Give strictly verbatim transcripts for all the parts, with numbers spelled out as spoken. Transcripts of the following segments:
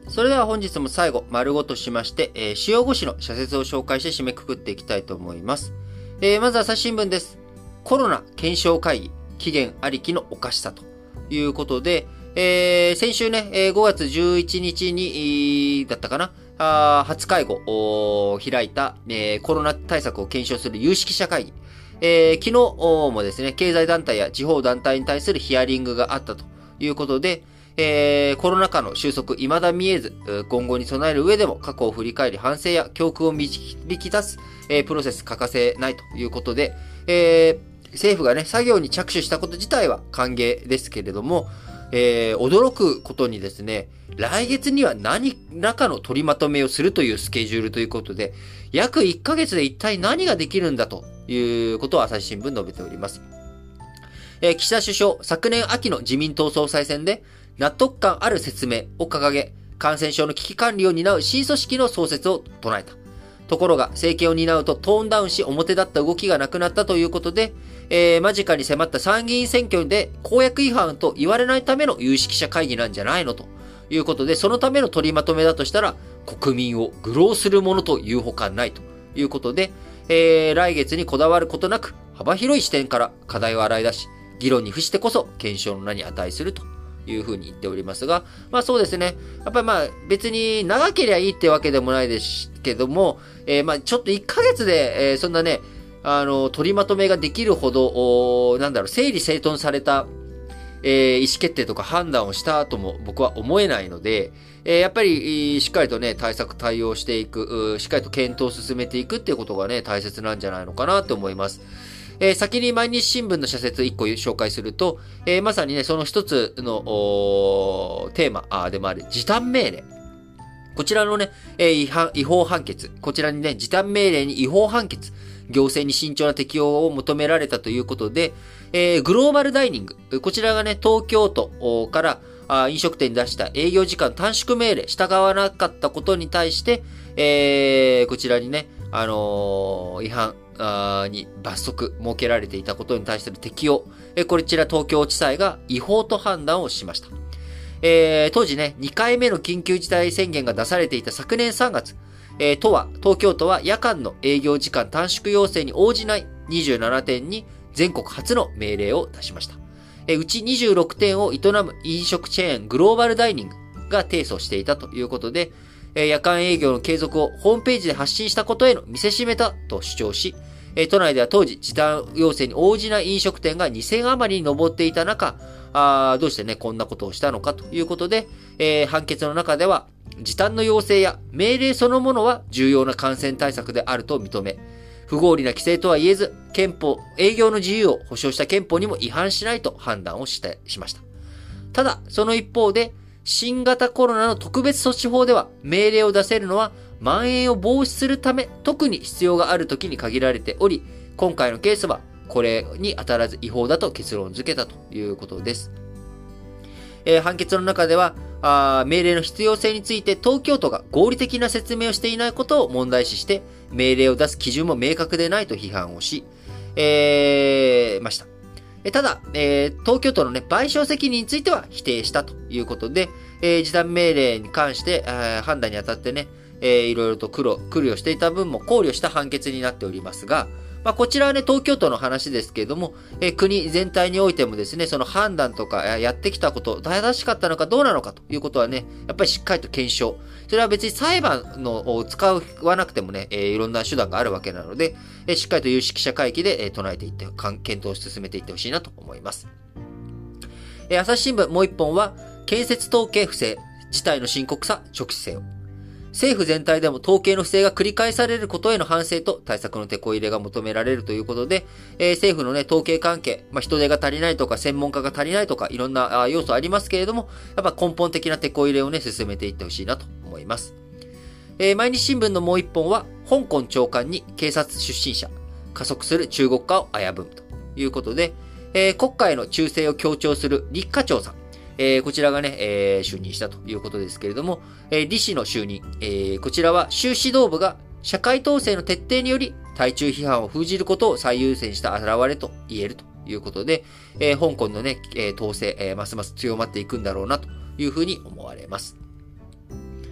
それでは本日も最後、丸ごとしまして、えー、主要ご紙の社説を紹介して締めくくっていきたいと思います。えー、まず朝日新聞です。コロナ検証会議、期限ありきのおかしさということで、えー、先週ね、えー、ごがつじゅういちにちに、だったかな、あ初会合を開いた、えー、コロナ対策を検証する有識者会議。えー、昨日もですね、経済団体や地方団体に対するヒアリングがあったということで、えー、コロナ禍の収束未だ見えず、今後に備える上でも過去を振り返り反省や教訓を導き出す、えー、プロセス欠かせないということで、えー、政府がね、作業に着手したこと自体は歓迎ですけれども、えー、驚くことにですね、来月には何らかの取りまとめをするというスケジュールということで、約いっかげつで一体何ができるんだということを朝日新聞述べております。えー、岸田首相、昨年秋の自民党総裁選で、納得感ある説明を掲げ、感染症の危機管理を担う新組織の創設を唱えた。ところが、政権を担うとトーンダウンし表立った動きがなくなったということで、えー、間近に迫った参議院選挙で公約違反と言われないための有識者会議なんじゃないのということで、そのための取りまとめだとしたら、国民を愚弄するものというほかないということで、えー、来月にこだわることなく、幅広い視点から課題を洗い出し、議論に付してこそ検証の名に値するというふうに言っておりますが、まあそうですね。やっぱりまあ別に長ければいいってわけでもないですけども、えー、まあちょっといっかげつで、えー、そんなね、あの、取りまとめができるほど、なんだろう、整理整頓された、えー、意思決定とか判断をしたとも僕は思えないので、えー、やっぱりしっかりとね、対策対応していく、しっかりと検討を進めていくっていうことがね、大切なんじゃないのかなと思います。えー、先に毎日新聞の社説いっこ紹介すると、えー、まさにね、その一つのテーマでもある時短命令。こちらのね、えー、違反、違法判決。こちらにね、時短命令に違法判決。行政に慎重な適用を求められたということで、えー、グローバルダイニング。こちらがね、東京都からあ飲食店に出した営業時間短縮命令、従わなかったことに対して、えー、こちらにね、あのー、違反、に罰則設けられていたことに対する適用。えこちら東京地裁が違法と判断をしました。えー、当時ね、にかいめの緊急事態宣言が出されていた昨年さんがつ、えー、都は、東京都は夜間の営業時間短縮要請に応じないにじゅうななてんに全国初の命令を出しました。えー、うちにじゅうろくてんを営む飲食チェーングローバルダイニングが提訴していたということで、えー、夜間営業の継続をホームページで発信したことへの見せしめだと主張し、えー、都内では当時時短要請に応じない飲食店がにせんあまりに上っていた中、あどうしてね、こんなことをしたのかということで、えー、判決の中では、時短の要請や命令そのものは重要な感染対策であると認め、不合理な規制とは言えず、憲法、営業の自由を保障した憲法にも違反しないと判断をして、しました。ただ、その一方で、新型コロナの特別措置法では、命令を出せるのは、蔓延を防止するため、特に必要があるときに限られており、今回のケースは、これに当たらず違法だと結論付けたということです。えー、判決の中ではあ、命令の必要性について東京都が合理的な説明をしていないことを問題視して、命令を出す基準も明確でないと批判をし、えー、ました。ただ、えー、東京都のね、賠償責任については否定したということで、えー、時短命令に関して、えー、判断にあたってね、えー、いろいろと苦労、苦慮していた分も考慮した判決になっておりますが、まあ、こちらはね、東京都の話ですけれども、えー、国全体においてもですね、その判断とかやってきたこと、正しかったのかどうなのかということはね、やっぱりしっかりと検証。それは別に裁判のを使わなくてもね、えー、いろんな手段があるわけなので、えー、しっかりと有識者会議で、えー、唱えていって、検討を進めていってほしいなと思います。えー、朝日新聞もう一本は、建設統計不正、事態の深刻さ、直視せよ。政府全体でも統計の不正が繰り返されることへの反省と対策の手こ入れが求められるということで、えー、政府のね、統計関係、まあ、人手が足りないとか、専門家が足りないとか、いろんな要素ありますけれども、やっぱ根本的な手こ入れをね、進めていってほしいなと思います。えー、毎日新聞のもう一本は、香港長官に警察出身者、加速する中国化を危ぶむということで、えー、国家への忠誠を強調する李家超さん、えー、こちらがね、えー、就任したということですけれども、えー、李氏の就任、えー、こちらは習指導部が社会統制の徹底により対中批判を封じることを最優先した現れと言えるということで、えー、香港のね、えー、統制、えー、ますます強まっていくんだろうなというふうに思われます。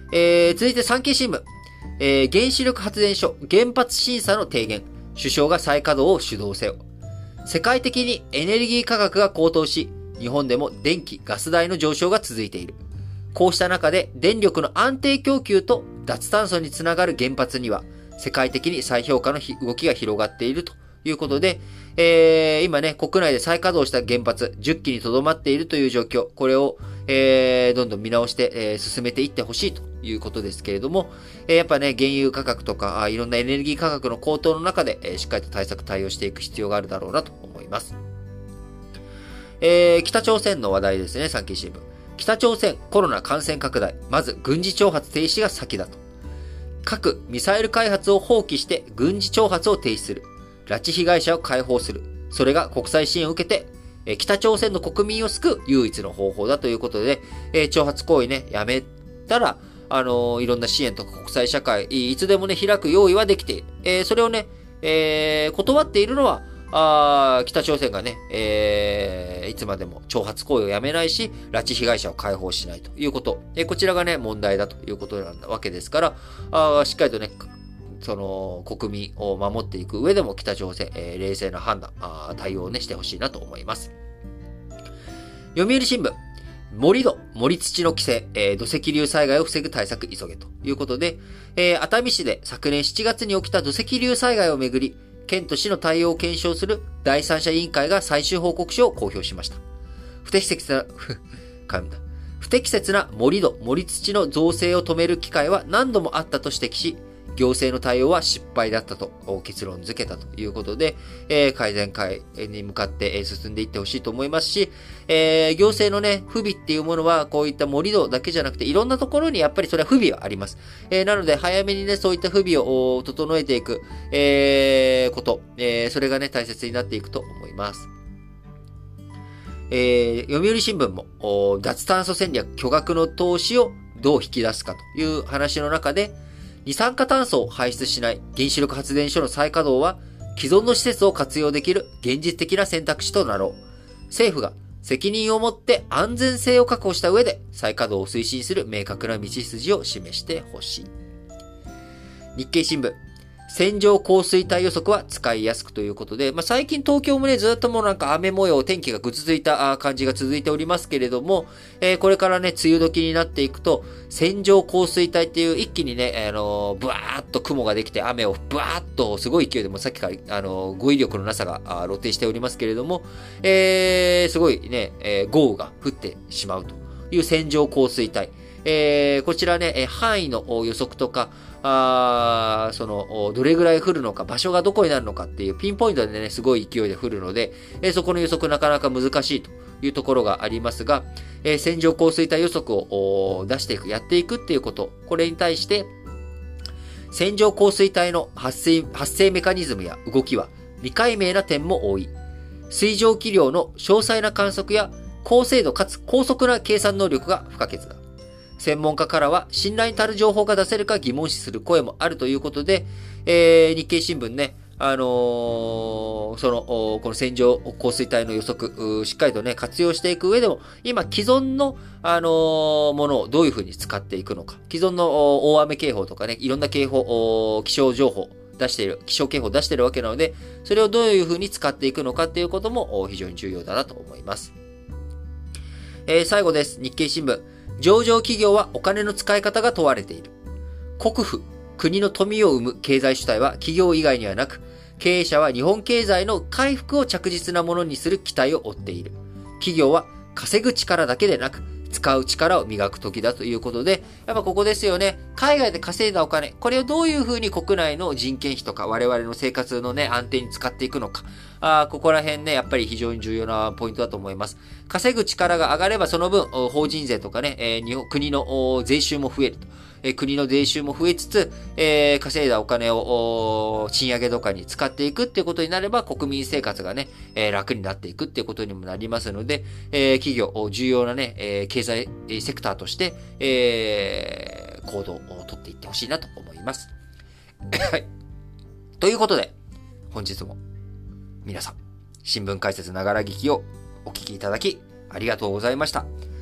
えー、続いて産経新聞。えー、原子力発電所、原発審査の提言。首相が再稼働を主導せよ。世界的にエネルギー価格が高騰し、日本でも電気・ガス代の上昇が続いている。こうした中で電力の安定供給と脱炭素につながる原発には、世界的に再評価の動きが広がっているということで、えー、今ね、国内で再稼働した原発じゅっきにとどまっているという状況、これを、えー、どんどん見直して、えー、進めていってほしいということですけれども、えー、やっぱね、原油価格とかあ、いろんなエネルギー価格の高騰の中で、えー、しっかりと対策対応していく必要があるだろうなと思います。えー、北朝鮮の話題ですね、産経新聞。北朝鮮コロナ感染拡大、まず軍事挑発停止が先だと。核・ミサイル開発を放棄して軍事挑発を停止する。拉致被害者を解放する。それが国際支援を受けて、え北朝鮮の国民を救う唯一の方法だということで、えー、挑発行為ね、やめたら、あのー、いろんな支援とか国際社会、いつでもね、開く用意はできている。えー、それをね、えー、断っているのは、あ北朝鮮がね、えー、いつまでも挑発行為をやめないし、拉致被害者を解放しないということ。えー、こちらがね、問題だということなわけですから、あしっかりとね、その、国民を守っていく上でも北朝鮮、えー、冷静な判断、あ対応をね、してほしいなと思います。読売新聞。盛り土、盛り土の規制、えー、土石流災害を防ぐ対策急げということで、えー、熱海市で昨年しちがつに起きた土石流災害をめぐり、県と市の対応を検証する第三者委員会が最終報告書を公表しました。不適切な、噛んだ。不適切な盛り土、盛り土の造成を止める機会は何度もあったと指摘し、行政の対応は失敗だったと結論付けたということで、えー、改善会に向かって進んでいってほしいと思いますし、えー、行政のね、不備っていうものはこういった盛り土だけじゃなくていろんなところにやっぱりそれは不備はあります。えー、なので早めにね、そういった不備を整えていく、えー、こと、えー、それがね、大切になっていくと思います。えー、読売新聞も脱炭素戦略、巨額の投資をどう引き出すかという話の中で、二酸化炭素を排出しない原子力発電所の再稼働は既存の施設を活用できる現実的な選択肢となろう。政府が責任を持って安全性を確保した上で再稼働を推進する明確な道筋を示してほしい。日経新聞。線状降水帯予測は使いやすくということで、まあ、最近東京もね、ずっともうなんか雨模様、天気がぐずついた感じが続いておりますけれども、えー、これからね、梅雨時になっていくと、線状降水帯っていう一気にね、あのー、ブワーっと雲ができて雨をブワーっとすごい勢いでもさっきから、あのー、語彙力のなさが露呈しておりますけれども、えー、すごいね、えー、豪雨が降ってしまうという線状降水帯。えー、こちらね、範囲の予測とか、あその、どれぐらい降るのか、場所がどこになるのかっていうピンポイントでね、すごい勢いで降るので、えー、そこの予測なかなか難しいというところがありますが、えー、線状降水帯予測を出していく、やっていくっていうこと、これに対して、線状降水帯の発生、発生メカニズムや動きは未解明な点も多い。水蒸気量の詳細な観測や高精度かつ高速な計算能力が不可欠だ。専門家からは信頼に足る情報が出せるか疑問視する声もあるということで、えー、日経新聞ね、あのー、その、この線状降水帯の予測、しっかりとね、活用していく上でも、今既存の、あのー、ものをどういうふうに使っていくのか、既存の大雨警報とかね、いろんな警報、気象情報、出している、気象警報を出しているわけなので、それをどういうふうに使っていくのかっていうことも非常に重要だなと思います。えー、最後です。日経新聞。上場企業はお金の使い方が問われている。国富、国の富を生む経済主体は企業以外にはなく、経営者は日本経済の回復を着実なものにする期待を追っている。企業は稼ぐ力だけでなく、使う力を磨く時だということで、やっぱここですよね。海外で稼いだお金、これをどういうふうに国内の人件費とか我々の生活のね、安定に使っていくのか。あここら辺ね、やっぱり非常に重要なポイントだと思います。稼ぐ力が上がればその分、法人税とかね、えー、日本国の税収も増えると。えー、国の税収も増えつつ、えー、稼いだお金を賃上げとかに使っていくっていうことになれば、国民生活がね、えー、楽になっていくっていうことにもなりますので、えー、企業、重要なね、えー、経済セクターとして、えー、行動をとっていってほしいなと思います。はい。ということで、本日も皆さん、新聞解説ながら聞きをお聞きいただき、ありがとうございました。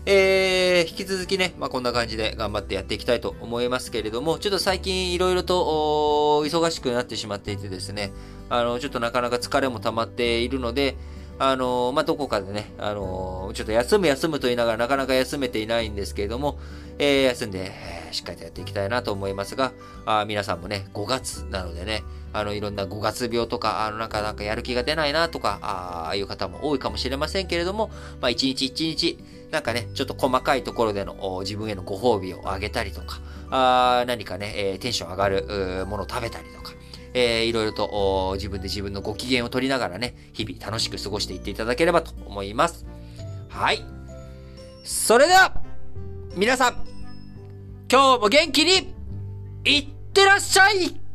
えー、引き続きね、まあ、こんな感じで頑張ってやっていきたいと思いますけれども、ちょっと最近いろいろと忙しくなってしまっていてですね、あの、ちょっとなかなか疲れも溜まっているので、あの、まあ、どこかでね、あの、ちょっと休む休むと言いながらなかなか休めていないんですけれども、えー、休んで、えー、しっかりとやっていきたいなと思いますが、あ皆さんもね、ごがつなのでね、あの、いろんなごがつ病とか、あの、なんか、なんかやる気が出ないなとか、ああいう方も多いかもしれませんけれども、まあ、一日一日、なんかね、ちょっと細かいところでの自分へのご褒美をあげたりとか、あ何かね、えー、テンション上がるものを食べたりとか、えー、いろいろと自分で自分のご機嫌を取りながらね、日々楽しく過ごしていっていただければと思います。はい。それでは、皆さん、今日も元気に、いってらっしゃい。